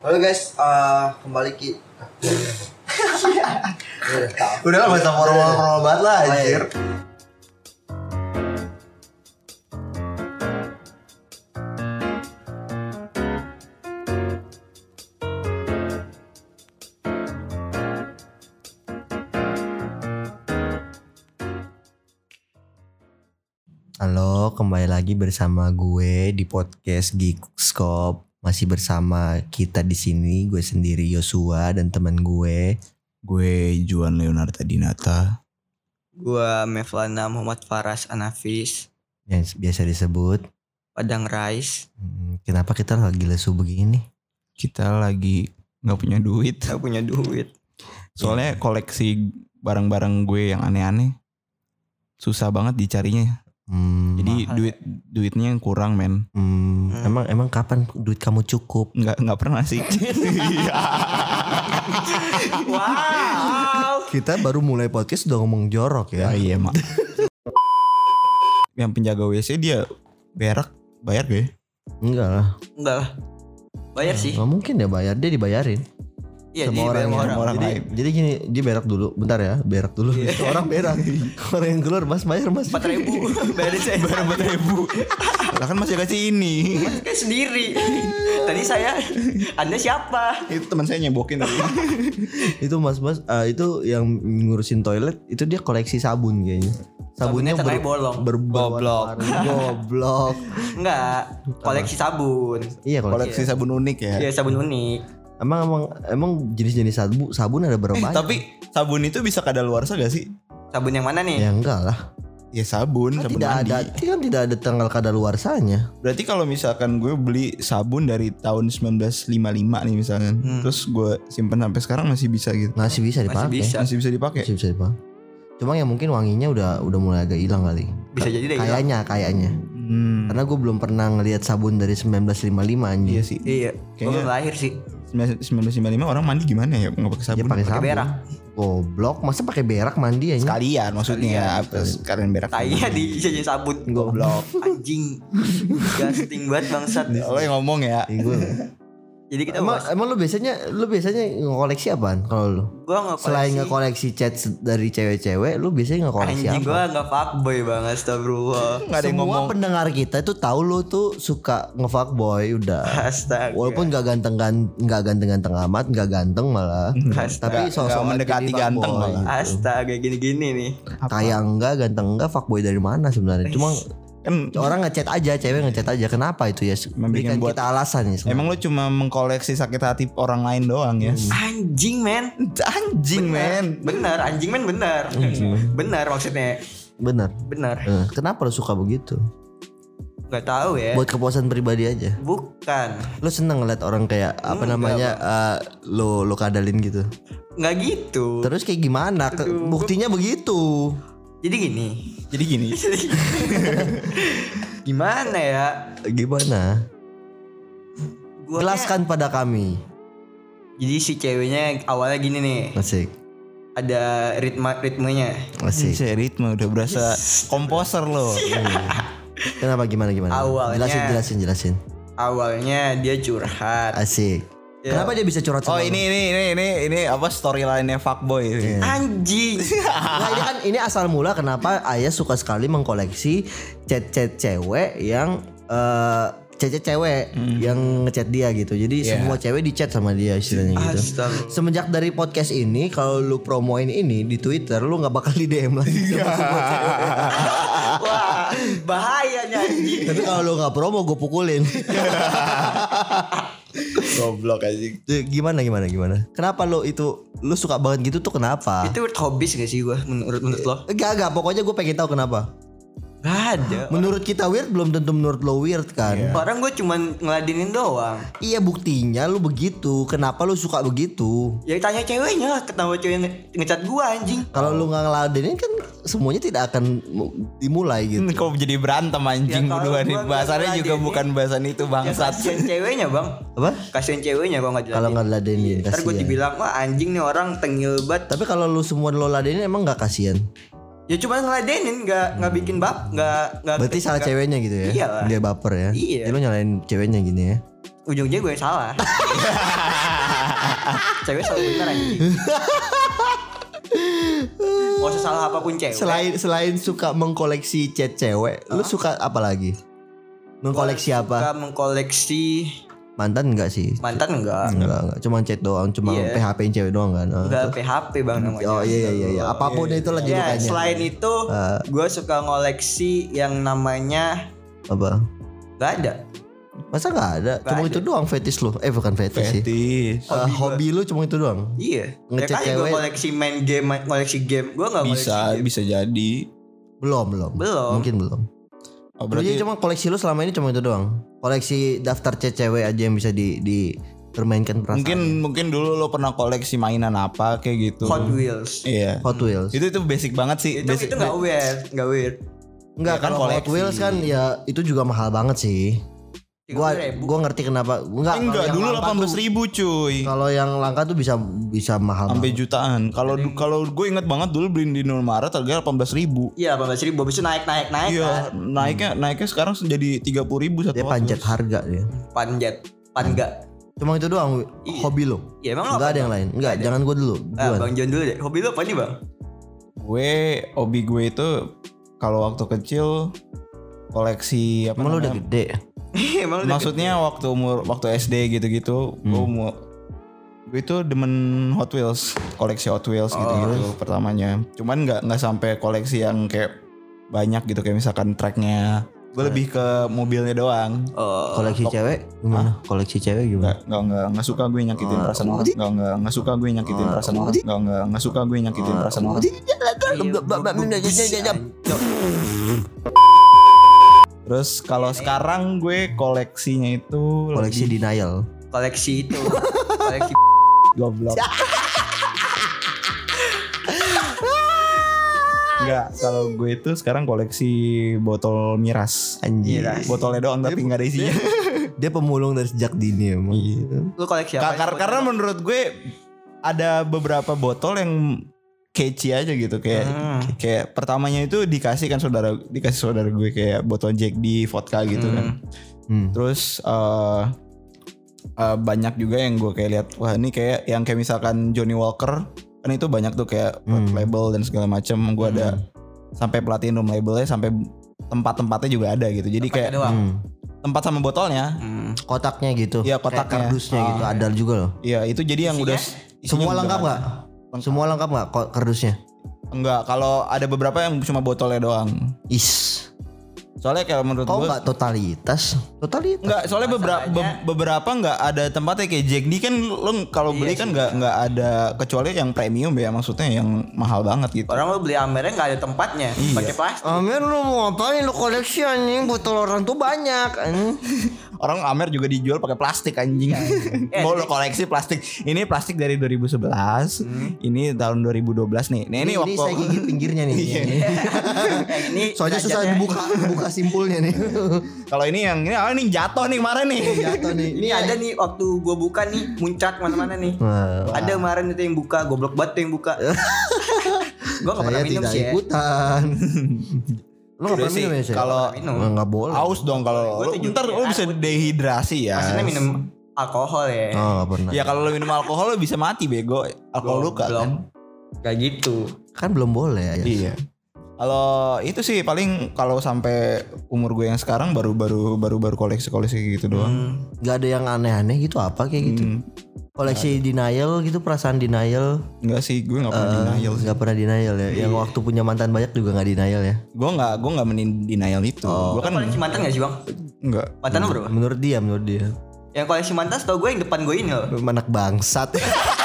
Halo guys, kembali ki. Udah lah, gak usah formal banget lah anjir. Halo, kembali lagi bersama gue di podcast Geekscope. Masih bersama kita di sini, gue sendiri Yosua dan teman gue Juan Leonardo Dinata. Gue Mevlana Muhammad Faras Anafis, yang biasa disebut Padang Rais. Kenapa kita lagi lesu begini? Kita lagi gak punya duit. Gak punya duit. Soalnya koleksi barang-barang gue yang aneh-aneh susah banget dicarinya. Jadi duitnya yang kurang, men. Emang kapan duit kamu cukup? Nggak pernah sih. Wow. Kita baru mulai podcast udah ngomong jorok ya. Oh, iya mak. Yang penjaga WC dia berak, bayar gue? Enggak lah. Bayar sih. Nggak mungkin dia bayar, dia dibayarin. Iya, sama orang. Jadi gini, dia berak dulu. Bentar ya, berak dulu. Itu orang berak. Orang yang keluar, Mas bayar Mas. 4.000. Bayarin saya. Bayar 4.000. Lah kan masih kasih ini. Mas kan sendiri. Tadi saya, Anda siapa? Itu teman saya nyebokin tadi. Itu Mas, itu yang ngurusin toilet, itu dia koleksi sabun kayaknya. Sabunnya bolong. Goblok. Enggak, koleksi sabun. Iya, Koleksi sabun unik ya. Iya, sabun unik. Emang jenis-jenis sabun ada berapa banyak? Tapi sabun itu bisa kadaluarsa gak sih? Sabun yang mana nih? Ya enggak lah. Ya sabun Tidak mandi. tidak ada tanggal kadaluarsanya. Berarti kalau misalkan gue beli sabun dari tahun 1955 nih misalkan, terus gue simpen sampai sekarang masih bisa gitu. Masih bisa dipakai. Masih bisa dipakai. Cuma ya mungkin wanginya udah mulai agak hilang kali. Bisa jadi deh. Kayaknya. Karena gue belum pernah ngelihat sabun dari 1955 anjing. Iya sih. Iya. Gue belum lahir sih. 1955 orang mandi gimana ya? Nggak pakai sabun. Ya pakai sabun. Berak. Goblok, masa pakai berak mandi anjing? Sekalian maksudnya. Sekalian berak. Tainya di jadi sabun. Goblok. Anjing. Gasting banget bangsat. Lo yang ngomong ya. Jadi kita Emang lu biasanya ngekoleksi apaan kalau lu? Gua ngekoleksi. Selain ngekoleksi chat dari cewek-cewek, lu biasanya ngekoleksi anjing, apa? gua enggak fuckboy banget, astagfirullah. Nggak ada yang Semua ngomong. pendengar kita itu tahu lu tuh suka ngefuckboy udah. Astaga. Walaupun nggak ganteng amat, nggak ganteng malah. Nggak Tapi sosok mendekati ganteng malah. Astaga gini-gini nih. Kayak enggak ganteng enggak fuckboy dari mana sebenarnya? Cuma Kan orang ngechat aja, cewek ngechat aja. Kenapa itu ya? Berikan buat- kita alasan nih. Emang lu cuma mengkoleksi sakit hati orang lain doang ya? Anjing men. Anjing men. Bener, anjing men bener. Bener maksudnya. Bener. Kenapa lu suka begitu? Gak tahu ya. Buat kepuasan pribadi aja. Bukan. Lu seneng ngeliat orang kayak apa namanya lo kadalin gitu. Nggak gitu. Terus kayak gimana? Buktinya begitu. Jadi gini. Gimana ya? Gimana? Gua Jelaskan pada kami. Jadi si ceweknya awalnya gini nih. Asik. Ada ritmenya. Asik. Ritme udah berasa komposer lo. Kenapa gimana? Awalnya- Jelasin. Awalnya dia curhat. Asik. Ya. Kenapa dia bisa curhat Oh sama lu? ini apa storyline-nya fuckboy. Anjing. Nah, ini asal mula kenapa Ayah suka sekali mengkoleksi chat-chat cewek yang yang ngechat dia gitu. Jadi semua cewek dicat sama dia istilahnya gitu. Astaga. Semenjak dari podcast ini, kalau lu promoin ini di Twitter, lu nggak bakal di DM lagi sama semua cewek. Wah, bahayanya anjing. Tapi kalau lu nggak promo, gue pukulin. Goblok anjing. Gimana? Kenapa lu suka banget gitu tuh kenapa? Itu hobis gak sih gue menurut lo? Enggak. Pokoknya gue pengen tahu kenapa. Gak ada. Menurut kita weird belum tentu menurut lo weird kan? Orang gue cuman ngeladenin doang. Iya buktinya lu begitu. Kenapa lu suka begitu? Ya tanya ceweknya lah, kenapa cewek ngecat gue anjing. Kalau lu nggak ngeladenin kan semuanya tidak akan dimulai gitu. Kok jadi berantem anjing Ya, kalau berdua nih. gua Bahasannya nggak juga ngeladenin, bukan bahasan itu Ya bangsat. kasihan ceweknya bang. Apa? Kasihan ceweknya kalau nggak Kalau nggak diladenin Ntar gue kasihan. dibilang wah anjing nih orang tengil banget. Tapi kalau lu semua lo ladenin emang nggak kasihan? Ya cuma ngeladenin, nggak bikin nggak. Berarti salah ceweknya gitu ya? Iyalah. Dia baper ya? Iya. Jadi lu nyalain ceweknya gini ya? Ujung-ujungnya gue yang salah. Cewek selalu benar anjing. Mau salah apapun cewek. Selain suka mengkoleksi chat cewek, lu suka apa lagi? Mengkoleksi apa? Suka mengkoleksi Mantan enggak sih? mantan enggak. Enggak. Cuma chat doang, cuma Iya. PHP-in cewek doang kan. Enggak PHP bang namanya. Oh iya. Apapun itu lah Ya, julukannya. selain itu gue suka ngoleksi yang namanya Apa? gak ada. Masa enggak ada? Nggak Cuma ada. itu doang fetish lu. Bukan fetish sih. Fetis. Hobi lu cuma itu doang. Iya. Ngechat Ya kali gue cewek. koleksi main game, koleksi game. Gue nggak koleksi game. Bisa jadi. Belum. Mungkin belum. Oh, Berarti berarti cuma koleksi lu selama ini cuma itu doang. Koleksi daftar chat cewek aja yang bisa dipermainkan perasaan. mungkin dulu lo pernah koleksi mainan apa kayak gitu. Hot Wheels. Iya. Hot Wheels. Itu basic banget sih. Itu nggak weird. Enggak, Ya kan kalau Hot koleksi. Wheels kan ya itu juga mahal banget sih. Gua ngerti kenapa. Enggak, dulu 18.000 cuy. Kalau yang langka tuh bisa mahal Sampai banget. jutaan. Kalau gue inget banget dulu beli di Indomaret harganya 18.000. Iya 18.000. Habis itu naik. Iya, naiknya sekarang jadi 30.000 satu. Dia panjat harga dia. Panjat. Cuma itu doang hobi lo. Iya emang lo Enggak apa, ada yang Bang? lain. Enggak, jangan gua dulu. Bang John dulu deh. Hobi lo apa nih bang? Hobi gue itu kalau waktu kecil koleksi apa Emang lu udah namanya? gede. Emang lo udah Maksudnya waktu SD gitu-gitu, gue itu demen Hot Wheels, koleksi Hot Wheels gitu pertamanya. Cuman nggak sampai koleksi yang kayak banyak gitu kayak misalkan tracknya. Gue lebih ke mobilnya doang. Koleksi cewek gimana? Koleksi cewek gimana? Nggak suka gue nyakitin perasaan orang. Nggak suka gue nyakitin perasaan orang. Nggak suka gue nyakitin perasaan orang. Terus kalau sekarang gue koleksinya itu Koleksi denial. koleksi itu. Koleksi goblok. Enggak, kalau gue itu sekarang koleksi botol miras. Anjir. Botolnya doang tapi nggak ada isinya. Dia pemulung dari sejak dini emang. Lu koleksi apa? Karena menurut gue ada beberapa botol yang catchy aja gitu kayak pertamanya itu dikasih saudara gue kayak botol Jack D vodka gitu kan. Terus banyak juga yang gue kayak lihat wah ini kayak yang kayak misalkan Johnny Walker kan itu banyak tuh kayak label dan segala macam. Gue ada sampai platinum labelnya sampai tempat-tempatnya juga ada gitu. Jadi kayak tempat sama botolnya, Kotaknya gitu. Iya, Kayak kotaknya. kardusnya gitu. Ada juga loh. iya itu jadi yang udah Semua lengkap nggak? Semua lengkap nggak kardusnya? Enggak, kalau ada beberapa yang cuma botolnya doang. Soalnya kalau menurut Kau gue nggak totalitas? enggak, soalnya beberapa enggak ada tempatnya kayak Jack D kan lo kalau beli kan enggak ada kecuali yang premium ya, maksudnya yang mahal banget gitu. Orang lu beli Amernya nggak ada tempatnya, pakai plastik. Amer lu mau ngapain? Lu koleksi anjing, botol orang tuh banyak anjing. Orang Amer juga dijual pakai plastik anjing. Mau lo koleksi plastik. Ini plastik dari 2011. Ini tahun 2012 nih. Nah, ini waktu saya gigit pinggirnya nih. Ini Soalnya susah dibuka simpulnya nih. kalau ini ini jatuh nih kemarin nih. Jatuh nih. Ini ada nih waktu gua buka nih muncrat mana-mana nih. Wah. Ada kemarin itu yang buka, goblok banget tuh yang buka. Gua nggak pernah Saya minum tidak sih ya. ikutan. Lu nggak Udah pernah sih, minum ya sih? kalau minum. Nggak boleh. Aus dong kalau Gua tuh ntar juga lo bisa dehidrasi ya. Maksudnya minum alkohol ya. Oh nggak pernah. Ya kalau lo minum alkohol lo bisa mati bego. Alkohol luka kan. Kayak gitu. Kan belum boleh ya. Iya. Kalau itu sih paling kalau sampai umur gue yang sekarang baru koleksi gitu doang. Gak ada yang aneh-aneh gitu apa kayak gitu. Koleksi denial gitu, perasaan denial. Enggak sih, gue nggak pernah denial. Gak pernah denial ya. Yang waktu punya mantan banyak juga gak denial ya. Gue nggak denial itu. Gue kan Koleksi mantan gak sih bang? enggak. Mantan lo berapa? Menurut dia. Yang koleksi mantan setau gue yang depan gue ini loh. Anak bangsat.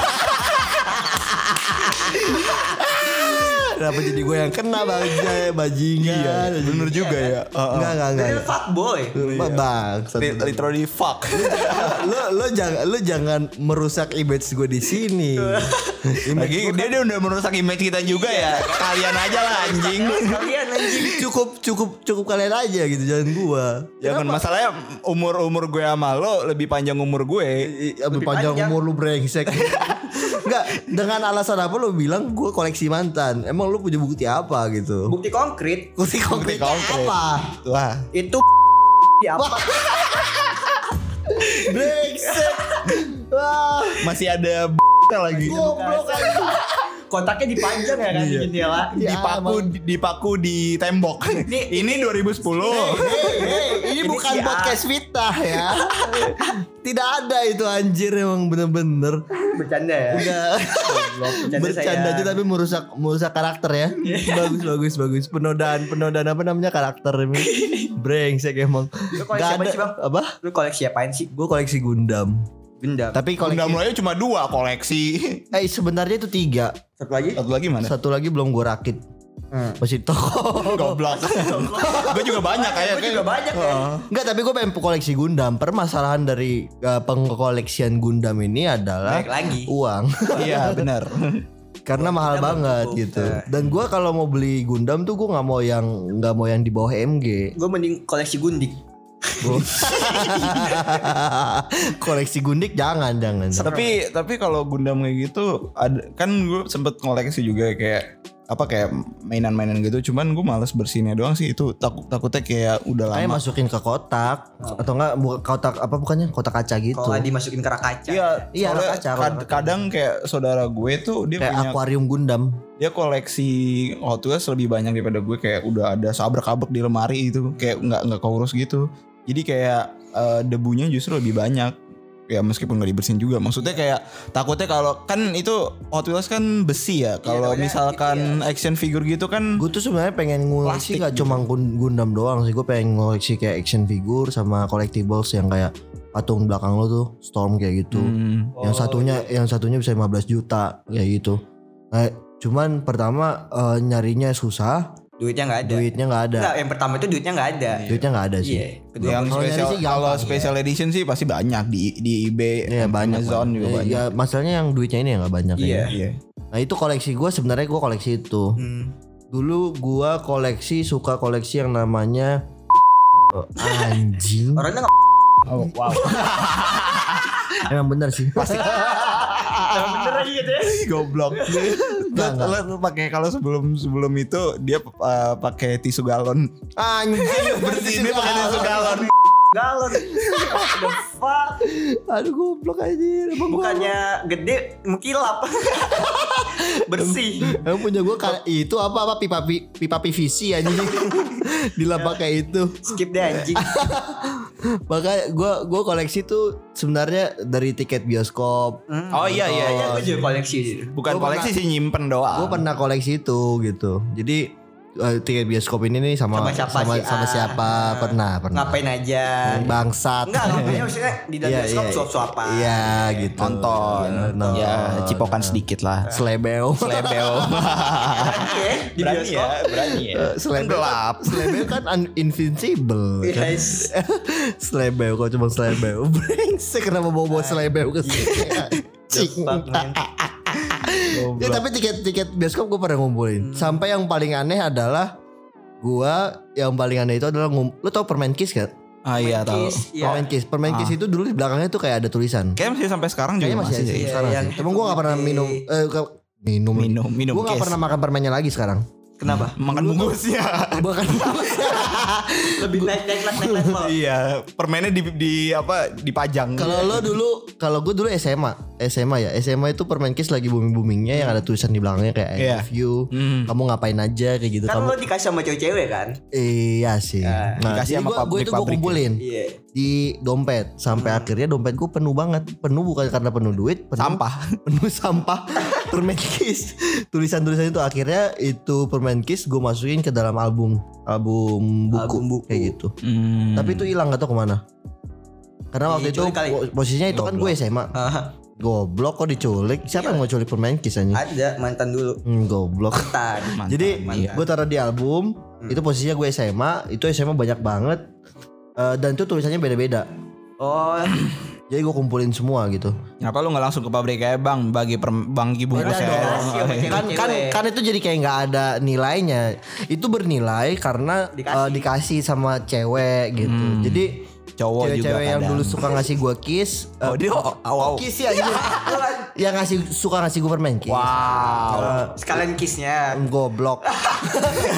Kenapa jadi gue yang kena bajingan? Iya, bener juga ya. Enggak. Dia fuckboy. Bangsat. Literally fuck. Lu jangan merusak image gue di sini. Lagi dia udah merusak image kita juga ya. Kalian aja lah anjing. Kalian anjing. Cukup kalian aja gitu, jangan gua. Jangan masalahnya umur gue sama lo lebih panjang umur gue. Lebih panjang umur lu brengsek. Enggak, dengan alasan apa lu bilang gua koleksi mantan? Emang lu punya bukti apa gitu? Bukti konkret. Bukti konkret apa? Wah. Itu apa? Brengsek. Wah, masih ada lagi. Goblok Kotaknya dipanjang ya kan di jendela. Dipaku di tembok. Ini 2010. Ini bukan podcast fitnah ya. Tidak ada itu anjir, emang bener-bener Bercanda ya. enggak bercanda aja tapi merusak karakter ya. Bagus. Penodaan apa namanya karakter ini. Brengsek emang. Enggak ada sih, Bang? Apa? Lu koleksi apaan sih? Gue koleksi Gundam. Tapi koleksi Gundam mulai cuma 2 koleksi. sebenarnya itu 3. Satu lagi mana? Satu lagi belum gue rakit. Masih toko. Goblok. Gue juga banyak juga banyak ya. Enggak, tapi gue pengen koleksi Gundam. Permasalahan dari pengkoleksian Gundam ini adalah Baik lagi. uang. Iya benar. Karena mahal banget gitu. Dan gue kalau mau beli Gundam tuh gue nggak mau yang di bawah MG. Gue mending koleksi gundik. Koleksi gundik jangan. Tapi kalau Gundam kayak gitu kan gue sempet koleksi juga kayak mainan-mainan gitu. Cuman gue males bersihinnya doang sih. Itu takutnya kayak udah lama. Kayak masukin ke kotak atau enggak kotak kaca gitu. Kalau dimasukin ke rak kaca. Iya, soalnya kadang kayak saudara gue tuh dia kayak punya akuarium Gundam. dia koleksi Hot Wheels lebih banyak daripada gue. Kayak udah ada sabrek-abrek di lemari itu, kayak nggak keurus gitu. Jadi kayak debunya justru lebih banyak. Ya meskipun gak dibersihin juga. Maksudnya kayak takutnya kalau kan itu Hot Wheels kan besi ya. Kalau misalkan action figure gitu kan. Gue tuh sebenarnya pengen ngoleksi gak cuma Gundam doang sih. Gue pengen ngoleksi kayak action figure sama collectibles yang kayak patung belakang lo tuh Storm kayak gitu. Yang satunya bisa 15 juta kayak gitu. Nah, cuman pertama nyarinya susah. Duitnya nggak ada. Nggak, yang pertama itu duitnya nggak ada. Duitnya nggak ada sih. Iya. Yang kalau special edition sih pasti banyak di eBay, banyak, Amazon juga banyak. Ya masalahnya yang duitnya ini yang nggak banyak. Iya. Nah itu koleksi gue, sebenarnya gue koleksi itu. Dulu gue suka koleksi yang namanya anjing. Orangnya nggak. Oh wow. Emang bener sih. Pasti. Emang bener aja gitu ya. Goblok. Lu pakai kalau sebelum itu dia pakai tisu galon. Anjing Bersihinnya pakai tisu galon. Galon. The fuck. Aduh goblok aja. Bukannya gede mengkilap. Bersih. Emang punya gue itu apa pipa PVC anjing. Dilap pakai itu. Skip deh anjing. Makanya gue koleksi tuh sebenarnya dari tiket bioskop. Oh iya. Gue juga koleksi. Bukan koleksi sih, nyimpen doang. Gue pernah koleksi itu gitu. Jadi tiket bioskop ini nih sama siapa pernah. Ngapain aja? Bangsat. Enggak, ngapain maksudnya di dalam bioskop suap-suapan. Iya gitu. Nonton. Ya cipokan sedikit lah. Slebeo. Berani ya di bioskop. Berani ya. Slebeo kan invincible. Yes. Slebeo kok cuma slebeo. Brengsek kenapa bawa slebeo ke sini. Ya tapi tiket bioskop gue pernah ngumpulin. Sampai yang paling aneh adalah yang paling aneh itu adalah lu tau Permen Kiss kan? Ah iya tahu. Permen Kiss itu dulu di belakangnya tuh kayak ada tulisan. Kayaknya masih sampai sekarang juga masih sih. Sekarang sih. Cuma gue gak pernah minum. Gue gak pernah makan permennya lagi sekarang. Kenapa? Makan bungkusnya. Bukan bungkusnya. Lebih naik level. Iya, permennya dipajang. Kalau gue dulu SMA ya. SMA itu Permen Kiss lagi booming-boomingnya yang ada tulisan di belakangnya kayak I love you. Kamu ngapain aja kayak gitu. Kan lo dikasih sama cewek-cewek kan? Iya sih. Nah, dikasih sama gue kumpulin di dompet sampai akhirnya dompet gue penuh banget. Penuh bukan karena penuh duit, penuh sampah. Permen Kiss. Tulisan-tulisan itu akhirnya itu Permen Kiss gue masukin ke dalam album buku kayak gitu. Tapi itu hilang gak tau kemana. Karena waktu itu posisinya itu kan gue SMA. Goblok kok diculik. Siapa yang mau culik Permen Kiss aja? Ada mantan dulu. Goblok. Jadi gue taruh di album. Itu posisinya gue SMA. Itu SMA banyak banget. Dan itu tulisannya beda-beda. Oh. Jadi gue kumpulin semua gitu. Kenapa lu gak langsung ke pabrik aja bang, bagi bungkusnya? Kan itu jadi kayak gak ada nilainya. Itu bernilai karena dikasih sama cewek gitu. Jadi cewek-cewek yang dulu suka ngasih gue kiss. Kiss ya gitu. Yang suka ngasih gue permen kiss. Wow. Sekalian kissnya. Goblok.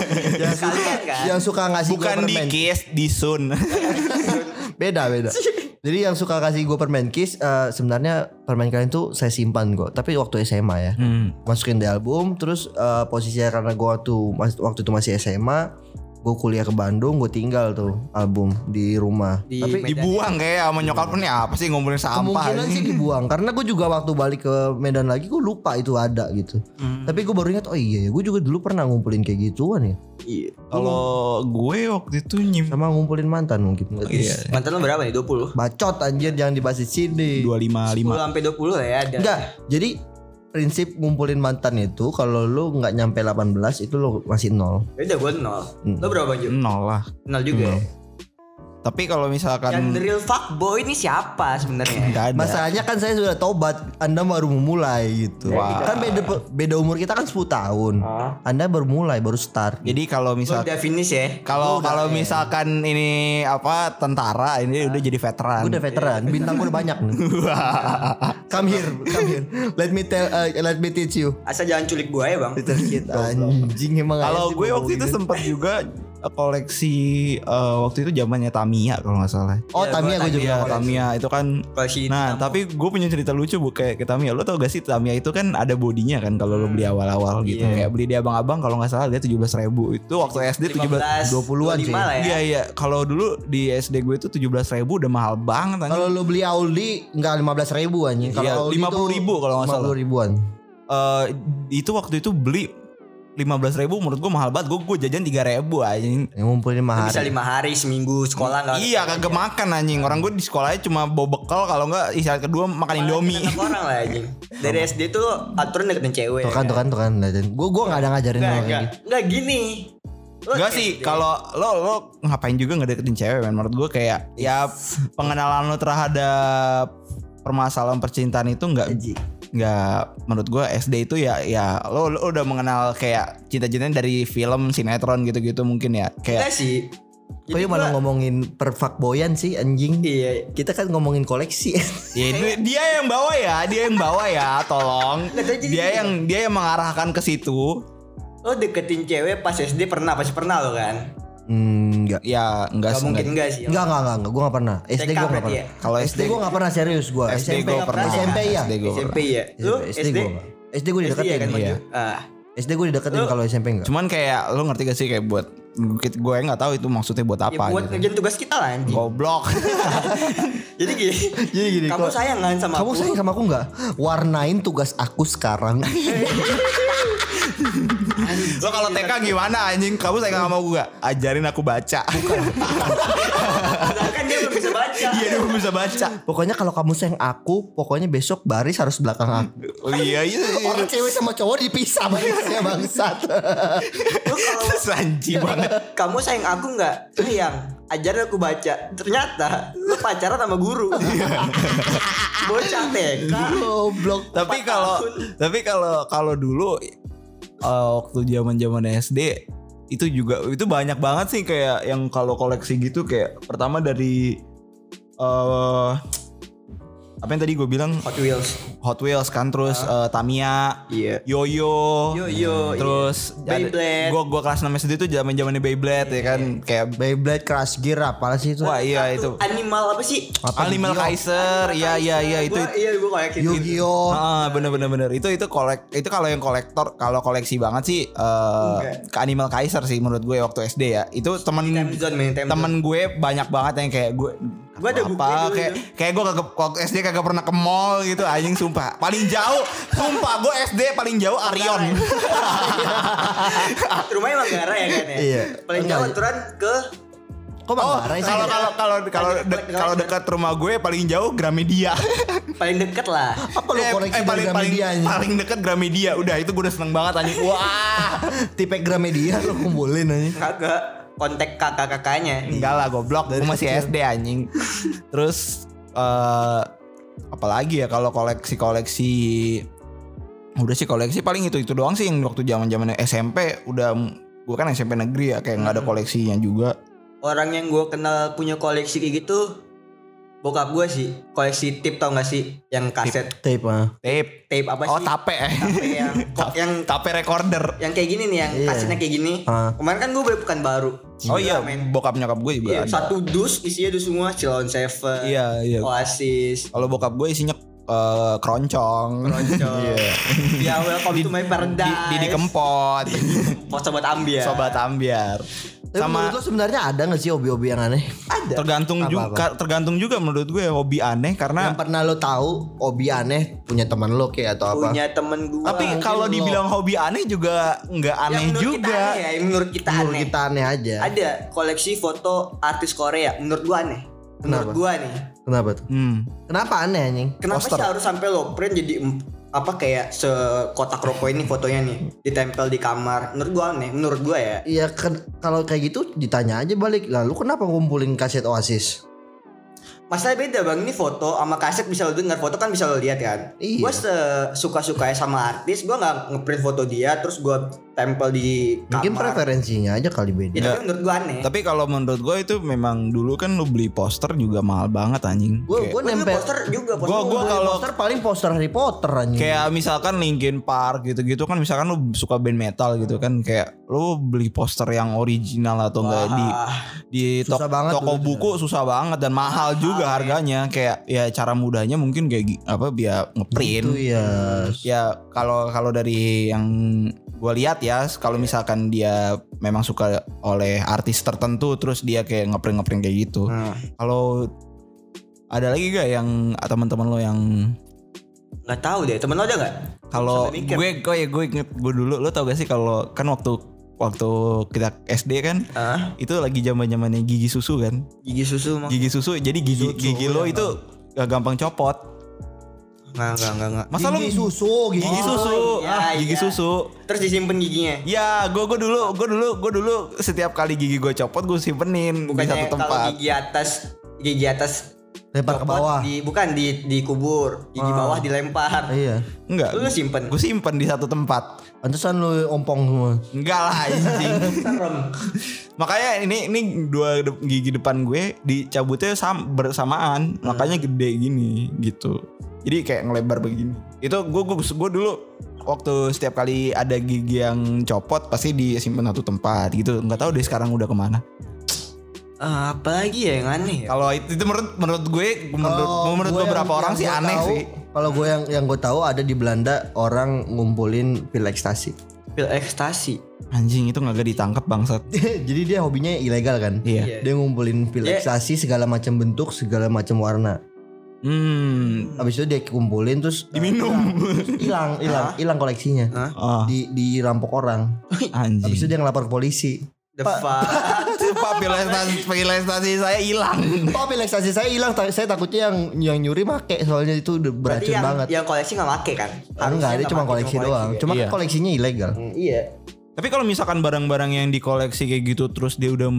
Sekalian kan. Yang suka ngasih gue permen. Bukan di kiss, di sun. Beda. Jadi yang suka kasih gue permen Kiss sebenarnya permen kalian tuh saya simpan kok. Tapi waktu SMA ya, masukin di album. Terus posisinya karena gue waktu itu masih SMA, gue kuliah ke Bandung, gue tinggal tuh album di rumah. Tapi dibuang kayak sama nyokap nih apa sih ngumpulin sampah. Kemungkinan sih dibuang karena gue juga waktu balik ke Medan lagi gue lupa itu ada gitu. Tapi gue baru ingat oh iya ya gue juga dulu pernah ngumpulin kayak gituan ya. Iya. Kalau gue waktu itu sama ngumpulin mantan mungkin. Iya. Mantan lo berapa nih? 20? Bacot anjir jangan dibahas di sini. 25. 10 sampai 20 lah ya ada. Enggak. Jadi prinsip ngumpulin mantan itu kalau lu nggak nyampe 18 itu lu masih 0. Beda gue 0. Lo berapa Ju? 0 lah. 0 juga ya? Tapi kalau misalkan Yang the real fuckboy ini siapa sebenarnya? nggak ada. Masalahnya kan saya sudah tobat, Anda baru memulai gitu. Wah. Kan beda umur kita kan 10 tahun. Anda baru mulai, baru start. Jadi kalau Lo misalkan udah finish ya? kalau misalkan ini apa tentara ini udah jadi veteran. Gue udah veteran, bintang gue udah banyak nih. Come here. Let me teach you. Asal jangan culik gue ya bang. Anjing emang. Kalau gue waktu itu sempat juga koleksi waktu itu zamannya Tamiya kalau nggak salah. Oh Ya, Tamiya gue juga. Tamiya itu kan. Koleksi Nah tapi gue punya cerita lucu bu kayak Tamiya. Lo tau gak sih Tamiya itu kan ada bodinya kan kalau lo beli awal-awal gitu. Iya. Kayak beli di abang-abang kalau nggak salah dia 17.000. Itu waktu SD 17. 20-an sih. lah ya. Iya. Kalau dulu di SD gue itu 17.000 udah mahal banget. anjing. Kalau lu beli Audi enggak 15.000 anjing. Kalau Iya, Audi 50.000 kalau nggak salah. 50 ribuan. Itu waktu itu beli 15.000 menurut gue mahal banget. Gue jajan 3.000 anjing. Yang ngumpulin 5 hari. Bisa 5 hari seminggu sekolah nggak? Iya kagak makan anjing. Orang gue di sekolahnya cuma bawa bekal kalau enggak istirahat kedua makan Indomie. Orang lah anjing. Dari SD tuh aturan deketin cewek. Tuh kan. Gue enggak ada ngajarin orang kayak gitu. Enggak gini. Lo Enggak sih, SD. kalau lo ngapain juga ngedeketin cewek men. Menurut gue kayak ya pengenalan lo terhadap permasalahan percintaan itu enggak menurut gue SD itu ya lo udah mengenal kayak cinta-cintanya dari film, sinetron gitu-gitu mungkin ya. Enggak Kayak sih. Kok ya malah ngomongin perfakboyan sih anjing. Iya. Kita kan ngomongin koleksi. ya, dia yang bawa ya, tolong. Dia yang mengarahkan ke situ. Lo deketin cewek pas SD pasti pernah lo kan? Enggak. Ya enggak Gak sih. mungkin enggak sih. Enggak. Gue enggak pernah. SD gue enggak berarti pernah. ya? Kalau SD gue enggak pernah serius gue. SD SMP gue pernah. SMP ya. SD gue SMP pernah. ya. Lu SD SD? gue enggak. SD gue SD ya dideketin. kan Iya. SD gue dideketin kalau SMP enggak. Cuman kayak lo ngerti gak sih kayak buat gue nggak tahu itu maksudnya buat Ya apa buat gitu. ngerjain tugas kita lah anjing. Goblok. Jadi gini. Kamu kok- sayang kan sama Kamu aku? sayang sama aku enggak? Warnain tugas aku sekarang. Lo kalau TK gimana anjing? Kamu sayang sama gue gak? Ajarin aku baca. Sedangkan dia belum bisa baca. Iya dia belum bisa baca. Pokoknya kalau kamu sayang aku, pokoknya besok baris harus belakang aku. Oh iya. Orang cewek sama cowok dipisah barisnya bangsat. Lu kalau Sanji banget. kamu sayang aku nggak? Sayang. Ajarin aku baca. Ternyata lu pacaran sama guru. Bocah TK. Goblok. Tapi kalau dulu waktu zaman SD itu banyak banget sih kayak yang kalau koleksi gitu kayak pertama dari apa yang tadi gue bilang Hot Wheels kan terus Tamiya, Iya. Yoyo, terus Beyblade. Gue kelas 6 SD itu zamannya Beyblade ya kan kayak Beyblade Crash Gear apa sih itu? wah iya itu Animal apa sih? Animal Kaiser, iya itu. Iya gue koleksi. Yu-Gi-Oh. Bener itu kalau yang kalau koleksi banget sih ke Animal Kaiser sih menurut gue waktu SD ya. Itu temen gue banyak banget yang kayak gue ada buku dulu kayak gue waktu SD kagak pernah ke mall gitu anjing sumpah. Paling jauh sumpah gue SD paling jauh Arion. Rumahnya Manggarai ya kan ya? Iya. Paling jauh aturan ke Kok Manggarai sih? Kalau dekat rumah gue paling jauh Gramedia. paling deket lah. Apa lo koleksi dari Gramedia anjing? paling dekat Gramedia. Udah itu gue udah seneng banget anjing. Wah. Tipe Gramedia lo kumpulin anjing. Kagak. Kontak kakak-kakaknya. Enggak lah goblok. Gue masih SD anjing. Terus apalagi ya kalau koleksi udah sih koleksi paling itu doang sih yang waktu zaman SMP udah gue kan SMP negeri ya kayak nggak ada koleksinya juga. Orang yang gue kenal punya koleksi kayak gitu bokap gue sih, koleksi tape tau gak sih yang kaset Tape tape apa sih? Oh tape Tape yang tape recorder yang kayak gini nih yang kasetnya kayak gini. Kemarin kan gue beli bukan baru Oh iya, men. bokap nyokap gue juga Iya, ada. satu dus isinya dus semua, Ceylon Seven, Iya. Oasis, Kalau bokap gue isinya keroncong. Iya. ya Welcome to my paradise, Didi Kempot. Sobat Ambiar. Sobat Ambiar. Tapi menurut lo sebenarnya ada gak sih hobi-hobi yang aneh? Ada. Tergantung juga menurut gue hobi aneh karena Yang pernah lo tahu hobi aneh punya teman lo kayak atau apa? Punya temen gua. tapi kalau dibilang hobi aneh juga nggak aneh yang menurut juga. Kita aneh ya, yang menurut kita Menurut aneh. kita aneh aja. Ada koleksi foto artis Korea, menurut gua aneh. Menurut Kenapa? gua nih. Kenapa tuh? Kenapa aneh anjing? Kenapa Poster. sih harus sampai lo print jadi apa kayak sekotak rokok ini fotonya nih ditempel di kamar? Menurut gua aneh, menurut gua ya. Iya kan kalau kayak gitu ditanya aja balik. Lalu kenapa ngumpulin kaset Oasis? Masalah beda bang, ini foto sama kaset bisa lo dengar, foto kan bisa lo lihat kan. Iya. Gue suka-sukanya sama artis, gue nggak ngeprint foto dia terus gue tempel di kamar. Mungkin preferensinya aja kali beda. Ya, tapi menurut gue aneh. Tapi kalau menurut gue itu memang dulu kan lu beli poster juga mahal banget anjing. Gue Gua nempel poster juga. Gua kalau poster paling poster Harry Potter anjing. kayak misalkan Linkin Park gitu-gitu kan, misalkan lu suka band metal gitu kan, kayak lu beli poster yang original atau enggak di Susah banget toko dulu. buku susah banget dan mahal juga harganya. Kayak ya cara mudahnya mungkin kayak biar ngeprint. itu ya. Ya kalau dari yang gue lihat ya, kalau misalkan dia memang suka oleh artis tertentu terus dia kayak ngeprint kayak gitu. Kalau ada lagi gak yang teman-teman lo yang Nggak tahu deh, temen lo ada nggak? kalau Sampai mikir. gue inget gue dulu, lo tau gak sih kalau kan waktu kita SD kan itu lagi zamannya gigi susu kan. Gigi susu mah. Gigi susu jadi gigi lo itu gak gampang copot. Nggak. Masa lo Gigi susu, gigi susu, iya, gigi iya. susu. Terus disimpan giginya. Ya, gue dulu setiap kali gigi gue copot gue simpenin di Bukannya satu kalau tempat. gigi atas Lempar ke copot bawah. bukan dikubur, gigi bawah dilempar. Iya. Enggak. Lu simpen. Gue simpen di satu tempat. Pantesan lu ompong semua. Enggak lah anjing. Serem. Makanya ini dua gigi depan gue dicabutnya bersamaan, makanya gede gini gitu. Jadi kayak ngelebar begini. Itu gue dulu waktu setiap kali ada gigi yang copot pasti disimpan satu tempat gitu. Nggak tahu deh sekarang udah kemana. Apalagi ya yang aneh ya? Kalau itu menurut gue menurut beberapa orang sih aneh sih. Kalau gue yang gue tahu ada di Belanda orang ngumpulin pil ekstasi. Pil ekstasi. Anjing itu nggak ditangkap bangsat. Jadi dia hobinya ilegal kan? Iya. Dia ngumpulin pil ekstasi segala macam bentuk, segala macam warna. Habis itu dia kumpulin terus Diminum. hilang koleksinya. Oh, Dirampok orang. anjing. Habis itu dia ngelapor ke polisi. The fuck. Sumpah pil ekstasi saya hilang. Pak pil ekstasi saya hilang, saya takutnya yang nyuri make soalnya itu udah Berarti beracun banget. yang koleksi nggak make kan? Enggak, dia cuma koleksi doang. Cuma Iya. kan koleksinya ilegal. Iya. Tapi kalau misalkan barang-barang yang dikoleksi kayak gitu terus dia udah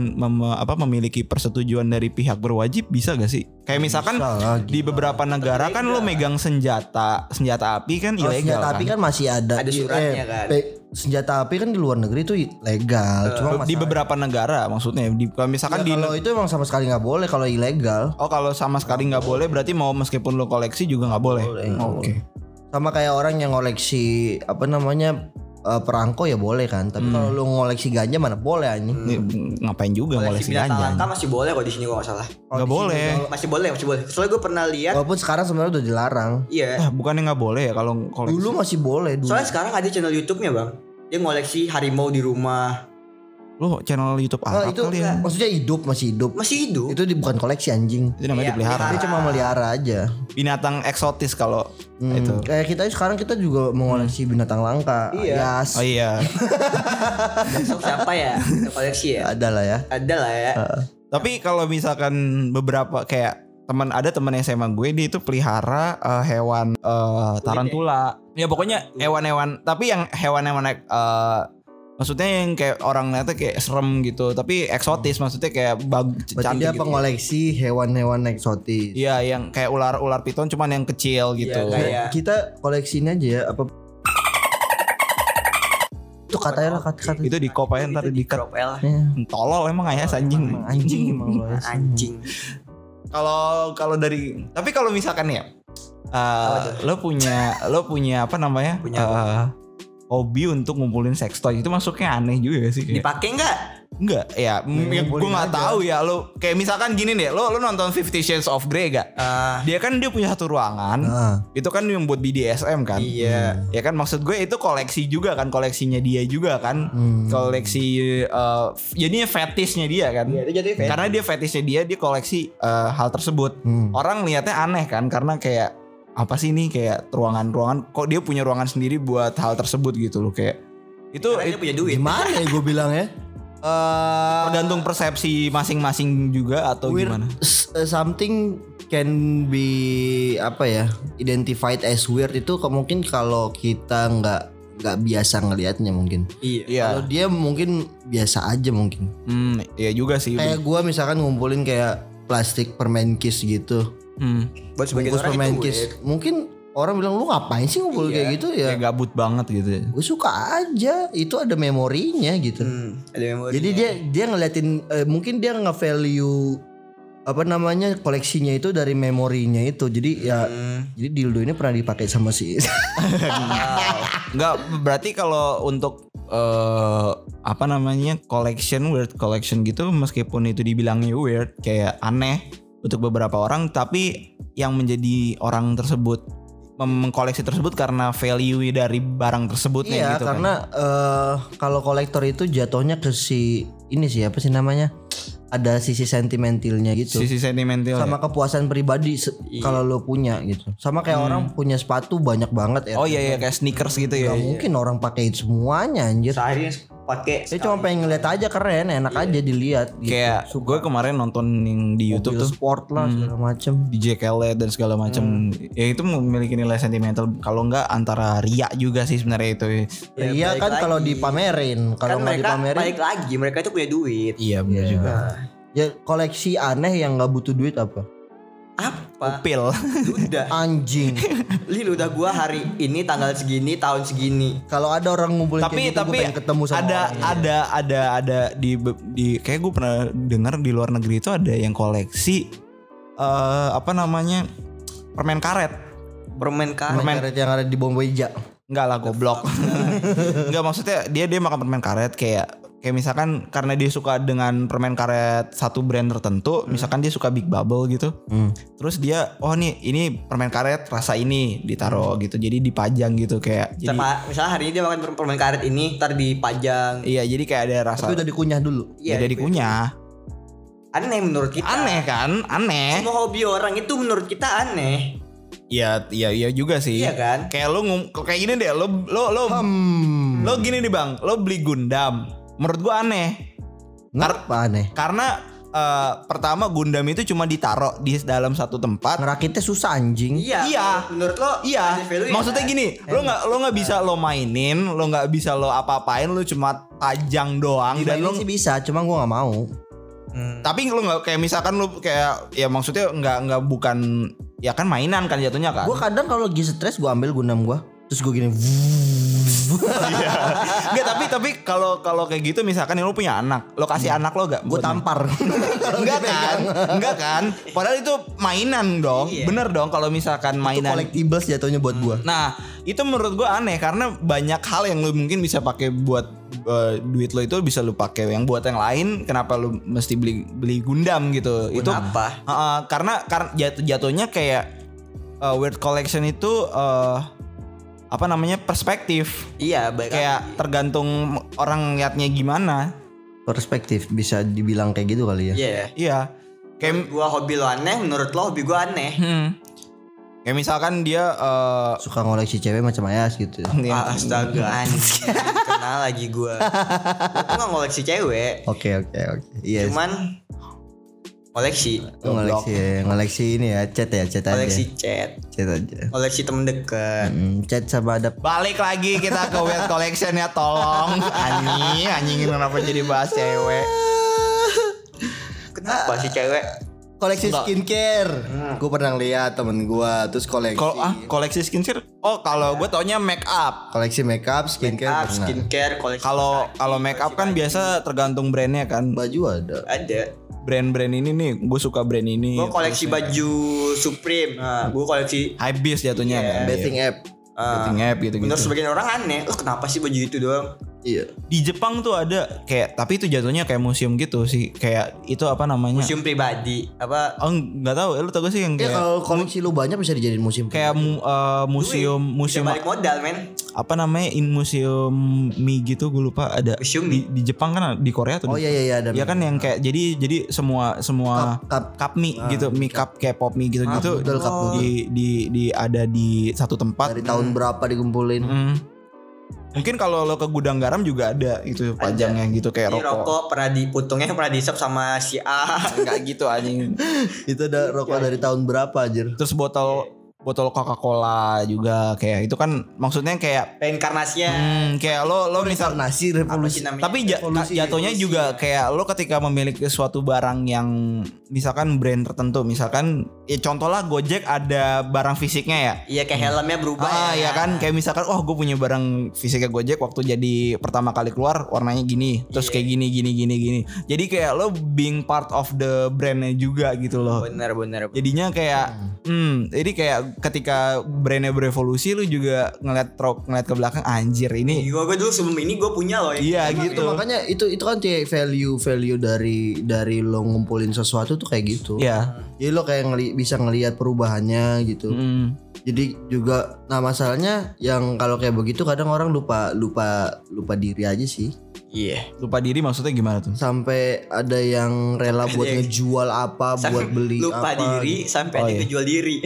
memiliki persetujuan dari pihak berwajib, bisa gak sih? Kayak misalkan lah, di beberapa negara kan lo megang senjata api kan ilegal. Senjata api kan masih ada. Ada suratnya kan. Senjata api kan di luar negeri itu legal. Cuma Di beberapa negara maksudnya. Kalau misalkan di kalau itu emang sama sekali nggak boleh kalau ilegal. Oh, kalau sama sekali nggak boleh berarti mau meskipun lo koleksi juga nggak boleh. Oke. Sama kayak orang yang ngoleksi perangko ya boleh kan. Tapi kalau lu ngoleksi ganja mana boleh anjing. Ngapain juga Koleksi ngoleksi binatang ganja? langka masih boleh kok di sini gua nggak salah. Nggak boleh. Masih boleh. Soalnya gue pernah lihat. Walaupun sekarang sebenarnya udah dilarang. Iya. Bukannya nggak boleh ya kalau koleksi? Dulu masih boleh dulu. Soalnya sekarang ada channel YouTube-nya bang. Dia ngoleksi harimau di rumah. Lo channel YouTube Arab itu kali ya? maksudnya masih hidup. Masih hidup. Itu bukan koleksi anjing. Itu namanya Iya, dipelihara. Dia cuma melihara aja. Binatang eksotis kalau itu. Kayak kita juga mengoleksi binatang langka. Iya. Yas. Oh iya. Besok siapa ya? Yang koleksi ya? Ada lah ya. Ada lah ya. Tapi kalau misalkan beberapa kayak teman SMA gue dia itu pelihara hewan tarantula. Ya pokoknya hewan-hewan, tapi yang hewan-hewan maksudnya yang kayak orang lihatnya kayak serem gitu, tapi eksotis maksudnya kayak Berarti cantik dia gitu. pengoleksi hewan-hewan eksotis. Iya, yang kayak ular piton cuman yang kecil gitu. Iya, kayak Kita koleksiin aja ya apa itu katanya lah kata Itu di kop aja ntar di cut. crop L. Tolol emang ayah anjing. anjing emang lo. Anjing. Kalau dari tapi kalau misalkan ya lo punya apa namanya? Punya hobi untuk ngumpulin sex toy itu masuknya aneh juga gak sih? Kayak, Dipakai nggak? Enggak, ya gue nggak tahu ya. Lo kayak misalkan gini deh, lo nonton 50 Shades of Grey gak? Dia kan dia punya satu ruangan, itu kan yang buat BDSM kan? Iya. Ya kan maksud gue itu koleksi juga kan, koleksinya dia juga kan, koleksi jadinya fetishnya dia kan? Iya, itu jadi fetish. Karena dia fetishnya dia koleksi hal tersebut. Orang lihatnya aneh kan, karena kayak apa sih ini kayak ruangan kok dia punya ruangan sendiri buat hal tersebut gitu loh kayak itu. Karena dia punya duit. Gimana ya gue bilang ya? Tergantung persepsi masing-masing juga atau gimana? Something can be apa ya, identified as weird itu mungkin kalau kita nggak biasa ngelihatnya mungkin. Iya. Kalau dia mungkin biasa aja mungkin. Iya juga sih. Kayak gue misalkan ngumpulin kayak plastik permen kiss gitu. Buat sebagian Bungkus orang permen itu kiss. weird. Mungkin orang bilang lu ngapain sih ngumpul kayak gitu ya? Kayak gabut banget gitu ya. Gue suka aja, itu ada memorinya gitu. Ada memori. Jadi dia ngeliatin mungkin dia nge-value apa namanya koleksinya itu dari memorinya itu. Jadi ya jadi dildo ini pernah dipakai sama si Enggak, berarti kalau untuk apa namanya weird collection gitu, meskipun itu dibilangnya weird kayak aneh untuk beberapa orang, tapi yang menjadi orang tersebut mengkoleksi tersebut karena value dari barang tersebutnya iya, gitu karena kalau kolektor itu jatuhnya ke si ini sih apa sih namanya, ada sisi sentimentalnya gitu. Sisi sentimental sama ya? kepuasan pribadi kalau lo punya gitu. Sama kayak orang punya sepatu banyak banget ya. Oh iya kayak sneakers gitu ya. Gak mungkin orang pakai semuanya anjir. Sehari pakai. Saya cuma pengen ngeliat aja keren, enak aja dilihat gitu. Kayak gue kemarin nonton yang di YouTube Mobil tuh sport lah segala macem. DJ Khaled dan segala macam. Ya itu memiliki nilai sentimental. Kalau enggak antara ria juga sih sebenarnya itu. Iya balik kan lagi. kalau dipamerin, kalau Kan nggak mereka dipamerin. balik lagi, mereka itu punya duit. Iya benar juga. Ya koleksi aneh yang nggak butuh duit apa? Apa? Pil. Ludah. Anjing. Li ludah gua hari ini tanggal segini tahun segini. Kalau ada orang ngumpulin tapi kayak gitu, gue pengen ketemu sama orangnya. ada di kayak gue pernah dengar di luar negeri itu ada yang koleksi apa namanya permen karet. Permen karet. Permen karet yang ada di Bombeja. Enggak lah goblok. Enggak, maksudnya dia makan permen karet kayak misalkan karena dia suka dengan permen karet satu brand tertentu, misalkan dia suka Big Bubble gitu. Terus dia ini permen karet rasa ini ditaruh gitu. Jadi dipajang gitu kayak. Jadi Misalnya hari ini dia makan permen karet ini, ntar dipajang. iya, jadi kayak ada rasa. Tapi udah dikunyah dulu. Udah dikunyah. Aneh menurut kita. Aneh kan? Aneh. Semua hobi orang itu menurut kita aneh. Iya juga sih. Iya kan? Kayak kayak gini deh, lo gini nih Bang, lo beli Gundam. Menurut gua aneh. Kenapa aneh? Karena pertama Gundam itu cuma ditaruh di dalam satu tempat. Ngerakitnya susah anjing. Iya. Menurut lo? Iya. ada value Maksudnya kan? gini, lo nggak bisa lo mainin, lo nggak bisa lo apa-apain, lo cuma pajang doang dan Dan lo. sih bisa, cuma gue nggak mau. Tapi lo nggak kayak misalkan lo kayak ya maksudnya nggak bukan ya kan mainan kan jatuhnya kan. Gue kadang kalau lagi stres gue ambil Gundam gue, terus gue gini. Enggak, tapi kalau kayak gitu misalkan lo punya anak, lo kasih anak lo gak? Gue tampar. Enggak kan? Padahal itu mainan dong. Iya. Bener dong kalau misalkan Itu mainan. collectibles jatuhnya buat gue. Nah, itu menurut gue aneh karena banyak hal yang lo mungkin bisa pakai buat duit lo itu bisa lo pakai yang buat yang lain. Kenapa lo mesti beli Gundam gitu? Itu apa? karena jatuhnya kayak weird collection itu apa namanya perspektif. Iya, baik. Kayak tergantung orang liatnya gimana. Perspektif bisa dibilang kayak gitu kali ya. Iya. Iya. Kayak Gua hobi lo aneh, menurut lo hobi gua aneh. kayak misalkan dia Suka ngoleksi cewek macam Ayas gitu. Astaga anjing. Kenal lagi gua. Gua tuh gak ngoleksi cewek. Oke. Iya. Cuman koleksi Ngoleksi ini ya, chat aja. Koleksi chat Aja. Koleksi temen deket. Chat sama ada balik lagi kita ke weird collection ya, tolong. Anjing kenapa jadi bahas cewek? Kenapa sih cewek? koleksi Enggak. skincare. Gue pernah lihat temen gue terus koleksi. Koleksi skincare? Oh, kalau gue taunya make up. Koleksi makeup, skincare. pernah. Skincare, koleksi. Kalau make up kan biasa tergantung brandnya kan. Baju ada. ada. Brand-brand ini nih, gue suka brand ini. Gue koleksi baju Supreme. Nah, gue koleksi. Hypebeast jatuhnya kan. Betting app. Betting app gitu-gitu. Menurut sebagian orang aneh. Lo kenapa sih baju itu doang? Iya. Di Jepang tuh ada kayak, tapi itu jatuhnya kayak museum gitu sih, kayak itu apa namanya? Museum pribadi apa? Oh, nggak tahu. Lu tau gak sih yang Ya kayak kalau koleksi lu banyak bisa dijadiin museum. kayak museum Bisa balik modal men. apa namanya museum Mi gitu, gue lupa ada Museum di Jepang kan, di Korea tuh. Oh iya ada. Ya kan yang kayak jadi semua cup mie gitu, mie cup kayak pop mie gitu-gitu betul, cup di ada di satu tempat. dari tahun berapa dikumpulin. Mungkin kalau lo ke gudang garam juga ada itu pajangnya gitu kayak Ini rokok pernah diputungnya pernah disep sama si A. Enggak gitu anjing. Itu ada rokok dari tahun berapa anjir? Terus botol Coca-Cola juga kayak itu kan maksudnya kayak Reinkarnasinya. kayak lo misal Nasi Apa revolusi. sih namanya? tapi jatuhnya juga kayak lo ketika memiliki suatu barang yang misalkan brand tertentu, misalkan ya contoh lah Gojek ada barang fisiknya ya. Iya kayak helmnya berubah Ya kan kayak misalkan gue punya barang fisiknya Gojek waktu jadi pertama kali keluar warnanya gini, terus kayak gini. Jadi kayak lo being part of the brandnya juga gitu loh. Bener. Jadinya kayak jadi kayak ketika brandnya berevolusi lu juga ngeliat ke belakang, anjir ini. Gue dulu sebelum ini gue punya loh. Iya gitu. Makanya itu kan kayak value dari lo ngumpulin sesuatu tuh kayak gitu. Iya. Jadi lo kayak bisa ngelihat perubahannya gitu. Jadi juga nah masalahnya yang kalau kayak begitu kadang orang lupa diri aja sih. Iya. Lupa diri maksudnya gimana tuh? Sampai ada yang rela buat ngejual apa, buat beli lupa apa. diri sampai ada kejual diri.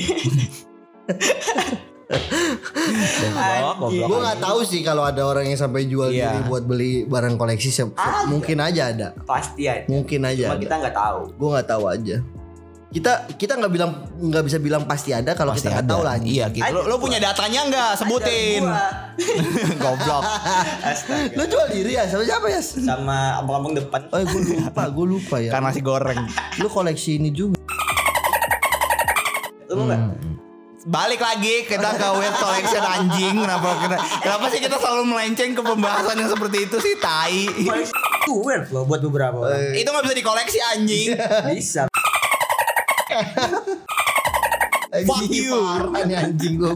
Gue nggak tahu sih kalau ada orang yang sampai jual diri buat beli barang koleksi. Mungkin aja ada. Pasti ada. Mungkin aja. Cuma kita nggak tahu. Gue nggak tahu aja. Kita nggak bisa bilang pasti ada kalau kita nggak tahu lah. Iya gitu. Lo punya datanya nggak? Sebutin. Goblok. Lo jual diri ya sama siapa ya? Sama abang-abang depan. Oh gue lupa ya. Kan nasi goreng. Lo koleksi ini juga. Lu mau nggak? Balik lagi kita ke weird collection anjing. Kenapa sih kita selalu melenceng ke pembahasan yang seperti itu sih, tai. Weird loh buat beberapa orang. Itu nggak bisa dikoleksi anjing. Bisa. Fuck you. Parah nih anjing gue.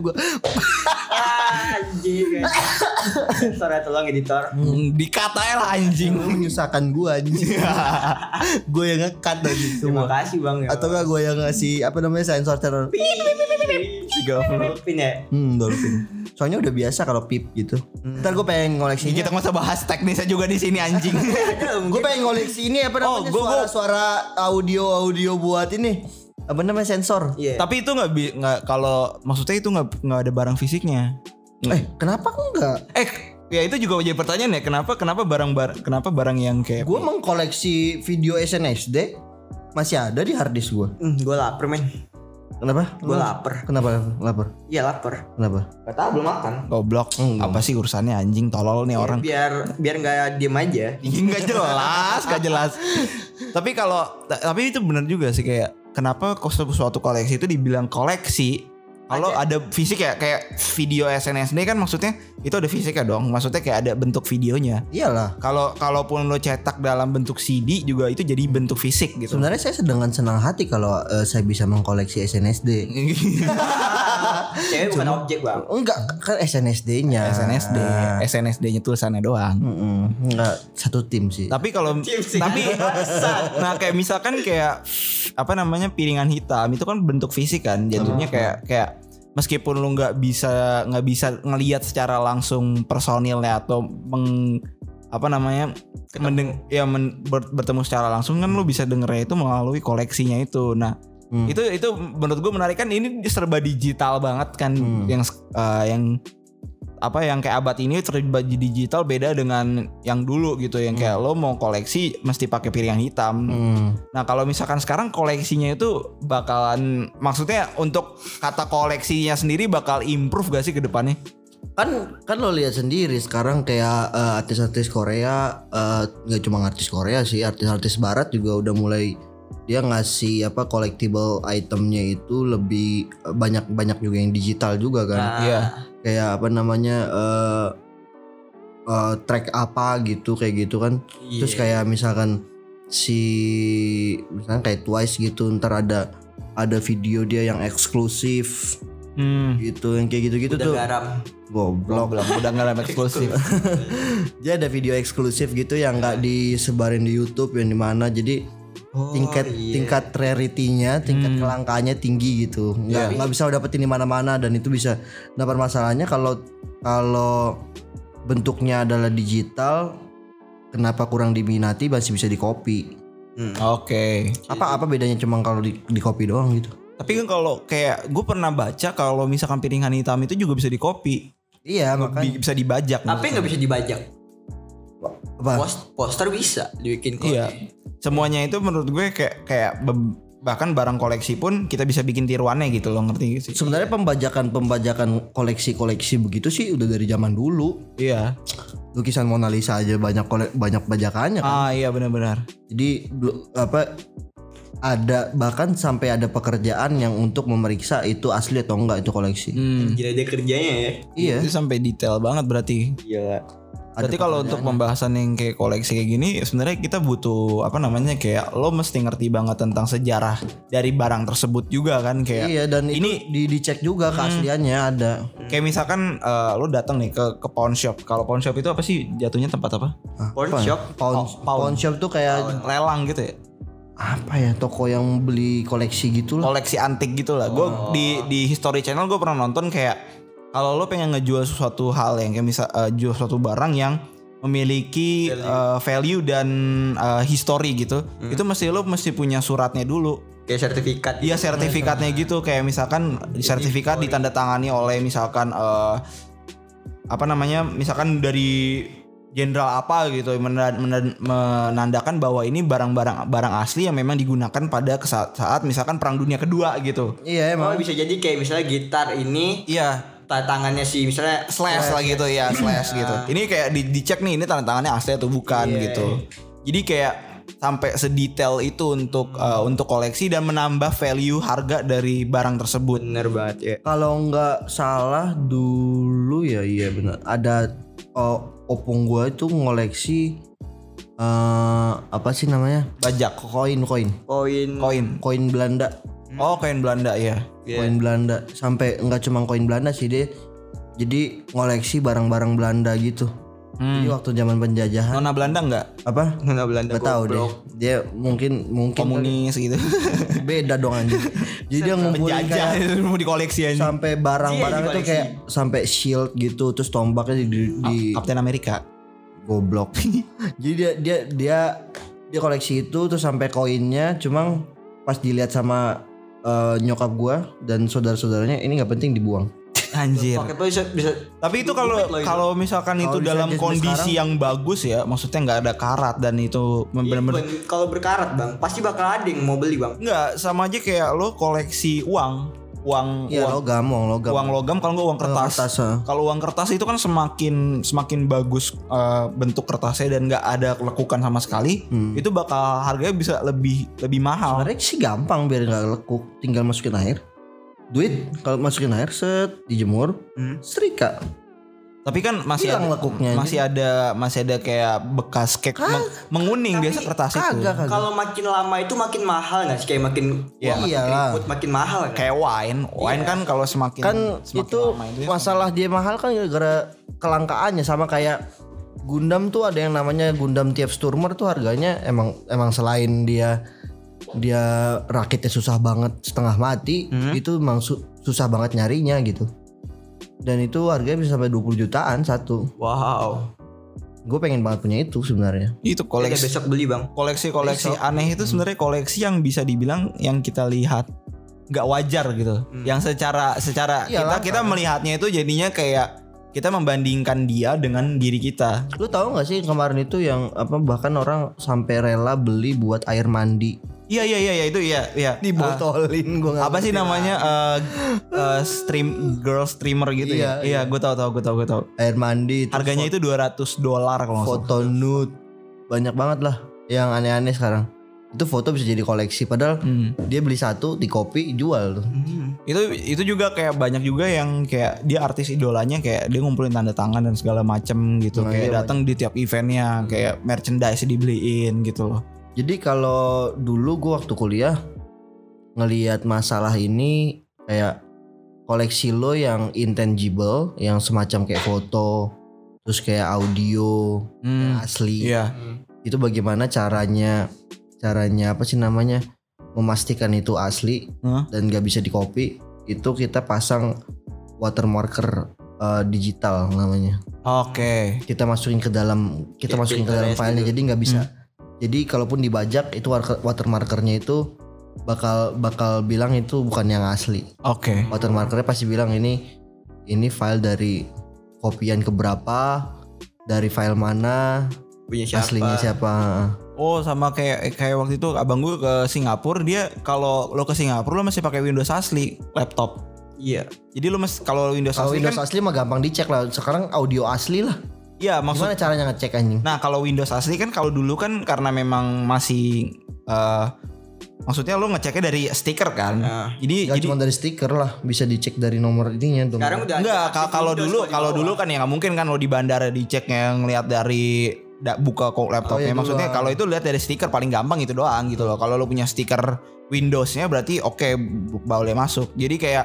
Anjing. Sorry tolong editor. Dikatain lah anjing. Lo menyusahkan gue anjing. Gue yang nge-cut tadi Terima semua. kasih bang ya. Atau gak gue yang ngasih apa namanya sensor teror. 30. Dolphin ya. Dolphin. Soalnya udah biasa kalau pip gitu. Ntar gue pengen ngoleksi Kita nggak usah bahas teknisnya juga di sini anjing. Gue pengen ngoleksi ini apa namanya suara audio buat ini apa namanya sensor. Iya. Tapi itu nggak kalau maksudnya itu nggak ada barang fisiknya. Kenapa enggak? Ya itu juga jadi pertanyaan ya, kenapa barang yang kayak Gue mengkoleksi video SNSD masih ada di hard disk gue. Gue lapar men. Kenapa? Gue lapar. Kenapa lapar? Iya lapar. Kenapa? Gak tau belum makan. goblok. Apa sih urusannya anjing, tolol nih orang. Biar nggak diem aja. Nggak jelas. Tapi itu benar juga sih, kayak kenapa suatu koleksi itu dibilang koleksi kalau ada fisik ya, kayak video SNSD kan maksudnya itu ada fisiknya dong, maksudnya kayak ada bentuk videonya. Iyalah. Kalaupun lo cetak dalam bentuk CD juga itu jadi bentuk fisik gitu. Sebenarnya saya dengan senang hati kalau saya bisa mengkoleksi SNSD. Cewek bukan objek bang. Enggak, kan SNSD-nya. SNSD-nya tulisannya doang. Enggak satu tim sih. Tapi kalau nah kayak misalkan kayak apa namanya piringan hitam itu kan bentuk fisik kan, jatuhnya kayak meskipun lu nggak bisa ngelihat secara langsung personilnya atau bertemu secara langsung kan lu bisa dengernya itu melalui koleksinya itu. Nah itu menurut gue menarik kan, ini serba digital banget kan, yang kayak abad ini serba digital, beda dengan yang dulu gitu yang kayak lo mau koleksi mesti pakai piringan hitam. Nah kalau misalkan sekarang koleksinya itu bakalan, maksudnya untuk kata koleksinya sendiri bakal improve gak sih ke depannya? Kan lo lihat sendiri sekarang kayak artis-artis Korea, nggak cuma artis Korea sih, artis-artis Barat juga udah mulai dia ngasih collectible itemnya itu lebih banyak juga yang digital juga kan. Iya. Kayak apa namanya track apa gitu kayak gitu kan. Terus kayak misalkan misalkan kayak Twice gitu, ntar ada video dia yang eksklusif Gitu, yang kayak gitu-gitu Udah tuh. garam. Goblok. Belum udah nggak ada eksklusif. Dia ada video eksklusif gitu yang nggak disebarin di YouTube yang dimana jadi tingkat rarity-nya, tingkat kelangkaannya tinggi gitu. Nggak bisa dapetin di mana-mana dan itu bisa. Nah permasalahannya kalau bentuknya adalah digital, kenapa kurang diminati masih bisa di-copy? Oke. Apa bedanya cuma kalau di-copy doang gitu? Tapi kan kalau kayak gue pernah baca kalau misalkan piringan hitam itu juga bisa di-copy. Iya makanya. Bisa dibajak. Tapi nggak bisa dibajak. Apa? Poster bisa dibikin kok. Iya. Semuanya itu menurut gue kayak bahkan barang koleksi pun kita bisa bikin tiruannya gitu loh, ngerti gak sih? Sebenarnya pembajakan koleksi begitu sih udah dari zaman dulu. Iya. Lukisan Mona Lisa aja banyak bajakannya kan. Iya benar-benar. Jadi ada bahkan sampai ada pekerjaan yang untuk memeriksa itu asli atau enggak itu koleksi. Gila dia kerjanya ya. Iya. Itu sampai detail banget berarti. Gila. Berarti kalau untuk pembahasan yang kayak koleksi kayak gini sebenarnya kita butuh kayak lo mesti ngerti banget tentang sejarah dari barang tersebut juga kan kayak. Iya dan ini dicek juga keasliannya ada. Kayak misalkan lo datang nih ke pawn shop. Kalau pawn shop itu apa sih jatuhnya tempat apa? Pawn shop. Pawn shop tuh kayak Lelang gitu ya. apa ya, toko yang beli koleksi gitu lah. Koleksi antik gitu lah. Gue di History Channel gue pernah nonton kayak kalau lo pengen ngejual sesuatu hal yang kayak misal jual suatu barang yang memiliki value dan history gitu, itu lo mesti punya suratnya dulu. Kayak sertifikat. Iya sertifikatnya gitu, kayak misalkan sertifikat ditandatangani oleh misalkan misalkan dari jenderal apa gitu menandakan bahwa ini barang asli yang memang digunakan pada saat misalkan Perang Dunia Kedua gitu. Iya emang. Bisa jadi kayak misalnya gitar ini. Iya. Tanda tangannya sih misalnya slash lah gitu ya, slash gitu. Ini kayak dicek nih ini tanda tangannya asli atau bukan gitu. Jadi kayak sampai sedetail itu untuk koleksi dan menambah value harga dari barang tersebut. bener banget ya. Kalau nggak salah dulu ya, iya benar. Ada opung gua itu ngoleksi apa sih namanya? Bajak. Koin. Koin Belanda. Oh, koin Belanda ya. Koin Belanda. Sampai nggak cuma koin Belanda sih dia. Jadi ngoleksi barang-barang Belanda gitu. Jadi waktu zaman penjajahan. Nona Belanda enggak? Apa? Nona Belanda Gak tahu deh. Dia mungkin Komunis gitu. beda dong anjing. Jadi dia ngumpulin Penjajah kayak itu mau dikoleksi aja. sampai barang-barang itu kayak sampai shield gitu, terus tombaknya di Kapten Amerika. goblok. Jadi dia koleksi itu terus sampai koinnya, cuma pas dilihat sama nyokap gua dan saudara-saudaranya ini nggak penting dibuang. Anjir. Pakai bisa. Tapi itu kalau misalkan itu dalam kondisi yang bagus ya, maksudnya nggak ada karat dan itu benar-benar Kalau berkarat bang, pasti bakal ada yang mau beli bang. nggak sama aja kayak lo koleksi uang Logam. Uang logam kalau nggak uang kertas. Kalau uang kertas itu kan semakin bagus bentuk kertasnya dan nggak ada lekukan sama sekali, itu bakal harganya bisa lebih mahal. Sebenarnya sih gampang biar nggak lekuk, tinggal masukin air. Duit kalau masukin air dijemur, setrika. Tapi kan masih hilang lekuknya. Masih ada kayak bekas menguning biasa kertas itu. Kagak. Kalau makin lama itu makin mahal nggak sih? Kayak makin iyalah. makin mahal kan? Kayak wine kan kalau semakin itu lama itu masalah dia mahal kan gara-gara kelangkaannya. Sama kayak Gundam tuh ada yang namanya Gundam TF Stormer tuh harganya emang selain dia rakitnya susah banget setengah mati, itu emang susah banget nyarinya gitu. Dan itu harganya bisa sampai 20 jutaan satu. Wow. Gue pengen banget punya itu sebenarnya. itu koleksi Besok beli bang. koleksi aneh itu sebenarnya koleksi yang bisa dibilang yang kita lihat nggak wajar gitu. Yang secara kita melihatnya itu jadinya kayak kita membandingkan dia dengan diri kita. Lu tahu nggak sih kemarin itu yang bahkan orang sampai rela beli buat air mandi. Iya itu iya. Dibotolin gue nggak. Apa sih namanya girl streamer gitu ya? Iya, gue tahu. Air mandi. Harganya itu $200 kalau nggak salah. Foto nude banyak banget lah yang aneh-aneh sekarang. Itu foto bisa jadi koleksi padahal dia beli satu di copy jual tuh. Itu juga kayak banyak juga yang kayak dia artis idolanya kayak dia ngumpulin tanda tangan dan segala macem gitu. Kayak datang di tiap eventnya kayak merchandise dibeliin gitu loh. Jadi kalau dulu gue waktu kuliah ngelihat masalah ini kayak koleksi lo yang intangible, yang semacam kayak foto, terus kayak audio kayak asli. Iya. Itu bagaimana caranya apa sih namanya, memastikan itu asli dan gak bisa dikopi. Itu kita pasang watermarker digital namanya. Oke. Kita masukin ke dalam filenya, jadi nggak bisa. Jadi kalaupun dibajak itu watermarkernya itu bakal bilang itu bukan yang asli. Oke. Watermarkernya pasti bilang ini file dari kopian keberapa, dari file mana, Punya siapa? aslinya siapa. Oh, sama kayak waktu itu abang gue ke Singapura, dia kalau lo ke Singapura lo masih pakai Windows asli laptop. Iya. Jadi lo kalau Windows Kalau asli Windows kan, asli mah gampang dicek lah. Sekarang audio asli lah. iya Gimana caranya ngecek anjing? Nah, kalau Windows asli kan kalau dulu kan karena memang masih maksudnya lo ngeceknya dari stiker kan. Gak cuma dari stiker lah, bisa dicek dari nomor ininya. Sekarang udah enggak, ada kalau Windows dulu kan ya nggak mungkin kan lo di bandara diceknya ngelihat dari buka kok laptopnya. Oh, iya, Maksudnya dulu. kalau itu lihat dari stiker paling gampang itu doang gitu loh. Kalau lo punya stiker Windowsnya berarti oke, boleh masuk. Jadi kayak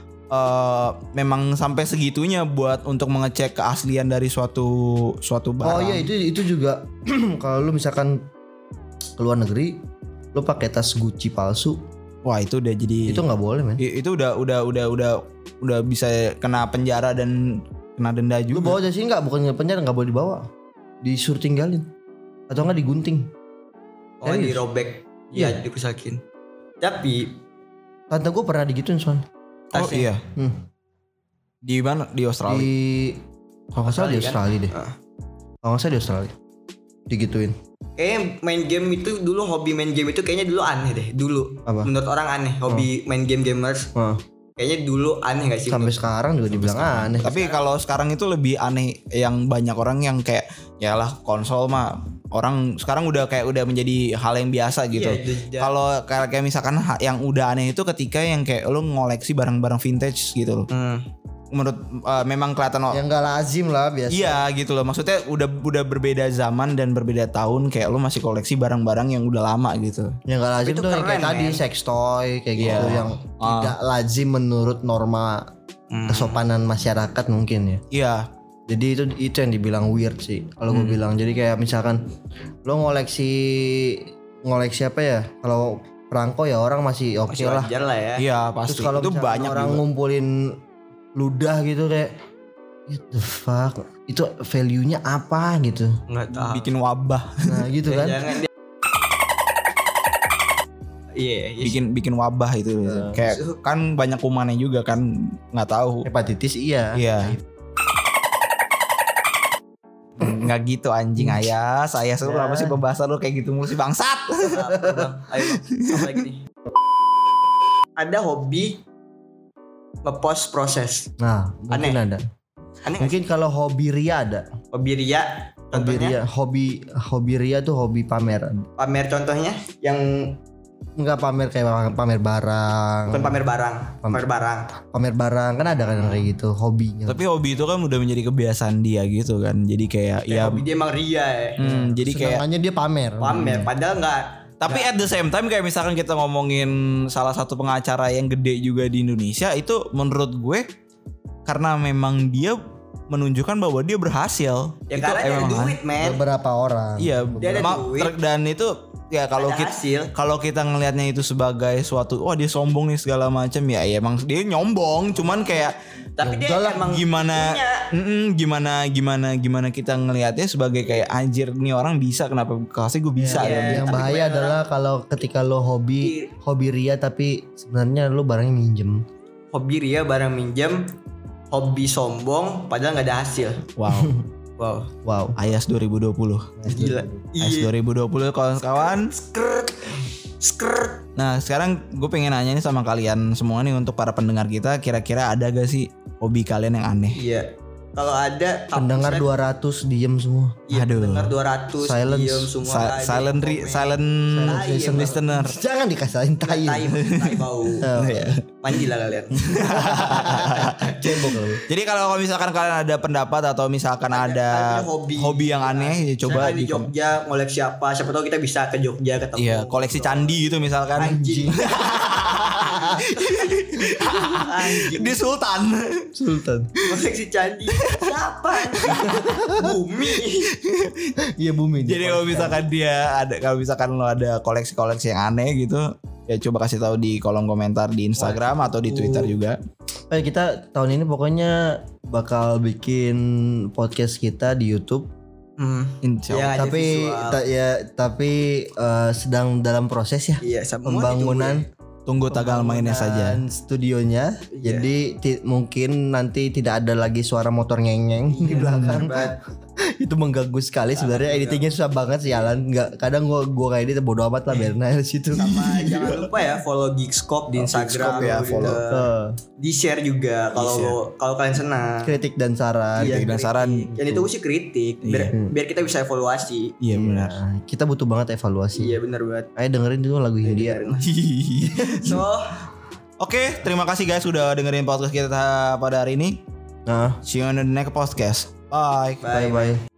memang sampai segitunya buat untuk mengecek keaslian dari suatu barang. Oh iya, itu juga kalau lu misalkan ke luar negeri, lu pakai tas Gucci palsu, Wah, itu udah jadi itu nggak boleh, men. itu udah bisa kena penjara dan kena denda Lu juga. bawa aja sih, nggak, bukan penjara, nggak boleh dibawa, disuruh tinggalin atau nggak digunting. Oh, dirobek. Iya, dirusakin. Tapi Tante gue pernah digituin soalnya. Oh iya. Di mana? Di Australia. Kalau nggak salah di Australia deh. Ah. Kalau nggak salah di Australia. Digituin. kayaknya main game itu dulu, hobi main game itu kayaknya dulu aneh deh. Dulu. Apa? Menurut orang aneh hobi main gamers. Kayaknya dulu aneh gak sih? Sampai sekarang juga dibilang aneh. Tapi kalau sekarang itu lebih aneh, yang banyak orang yang kayak yalah konsol mah orang sekarang udah menjadi hal yang biasa gitu. Iya, Kalau kayak misalkan yang udah aneh itu ketika yang kayak lo ngoleksi barang-barang vintage gitu loh. Menurut memang kelihatan yang gak lazim lah biasa. Iya gitu loh. Maksudnya udah berbeda zaman dan berbeda tahun, kayak lo masih koleksi barang-barang yang udah lama gitu. Yang gak lazim itu tuh yang kayak keren, tadi men. sex toy kayak gitu yang tidak lazim menurut norma kesopanan masyarakat mungkin ya. Iya. Jadi itu yang dibilang weird sih kalau gue bilang. Jadi kayak misalkan lo ngoleksi apa ya? Kalau perangko ya orang masih oke Masih lah. wajar lah ya. Iya pasti. Terus kalau Itu misalkan banyak orang juga. ngumpulin ludah gitu kayak what the fuck, itu value-nya apa gitu. Enggak tahu. Bikin wabah. Nah gitu kan. Jangan dia. Iya. bikin wabah itu. Kayak kan banyak kumannya juga kan, nggak tahu. Hepatitis iya. Iya. Nggak gitu anjing ayah. Saya suruh apa sih pembahasan lo kayak gitu mulu sih bangsat. Ayo, apa lagi nih? Ada hobi ngepost proses. Nah mungkin Aneh. ada. Aneh. Mungkin kalau hobi ria ada. Hobi ria. Hobi Contohnya ria, hobi ria tuh hobi pamer. pamer, contohnya yang Enggak pamer kayak pamer barang. bukan pamer barang, pamer barang. Pamer barang kan ada kan yang kayak gitu hobinya. Tapi hobi itu kan udah menjadi kebiasaan dia gitu kan. Jadi kayak ya. Hobi dia emang ria ya. Jadi kayak. Senangannya dia pamer. Pamer, padahal enggak. Tapi at the same time kayak misalkan kita ngomongin salah satu pengacara yang gede juga di Indonesia, itu menurut gue karena memang dia menunjukkan bahwa dia berhasil. Ya Itu karena dia ada emang duit, men. Beberapa orang. Iya, Dia ada duit. dan itu ya kalau Ada hasil. kita ngelihatnya itu sebagai suatu dia sombong nih segala macam ya emang dia nyombong, cuman kayak Tapi dia udahlah, emang gimana punya. gimana kita ngelihatnya sebagai kayak anjir nih orang bisa, kenapa kasih gue bisa Iya. Yang Tapi bahaya banyak adalah kalau ketika lo hobi ria tapi sebenarnya lo barangnya minjem. Hobi ria barang minjem, hobi sombong padahal enggak ada hasil. wow. Wow. Ayas 2020. Gila. Ayas 2020 kawan-kawan. Skirt. Nah sekarang gue pengen nanya nih sama kalian semua nih, untuk para pendengar kita, kira-kira ada gak sih hobi kalian yang aneh? Iya. Kalau ada Pendengar 200 diem semua. Iya, Aduh. pendengar 200 Silence. diem semua. Ada Silent komen. listener. Jangan dikasihin tai. Tai bau. Mandi lah kalian. Cebok lo. Jadi kalau misalkan kalian ada pendapat atau misalkan ada hobi yang aneh, ya coba di Jogja ngoleksi apa? Siapa tahu kita bisa ke Jogja ketemu. Iya, koleksi candi gitu misalkan. Anjing. Anjing. Di Sultan. Koleksi candi. Siapa? Bumi. Iya bumi. Jadi kalau misalkan lo ada koleksi-koleksi yang aneh gitu, ya coba kasih tahu di kolom komentar di Instagram atau di Twitter juga. Kita tahun ini pokoknya bakal bikin podcast kita di YouTube. Insya Allah. Ya, Tapi sedang dalam proses ya. Iya, semua Pembangunan. Tunggu tanggal mainnya saja. Studionya. Iya. Jadi mungkin nanti tidak ada lagi suara motor ngeng-ngeng di belakang. Itu mengganggu sekali sebenarnya. Editingnya susah banget sih Alan. Nggak, kadang gua kayak edit bodo amat lah biarin aja di situ. Sama jangan lupa ya follow Geekscope di Instagram ya, juga. follow. Di share juga kalau kalian senang. Kritik dan saran. Iya, kritik dan saran. Yang itu sih kritik biar kita bisa evaluasi. Iya benar. Nah, kita butuh banget evaluasi. Iya benar banget. Ayo dengerin dulu lagu Hindia. So, Oke, terima kasih guys sudah dengerin podcast kita pada hari ini. Nah, See you on the next podcast. Bye. bye bye.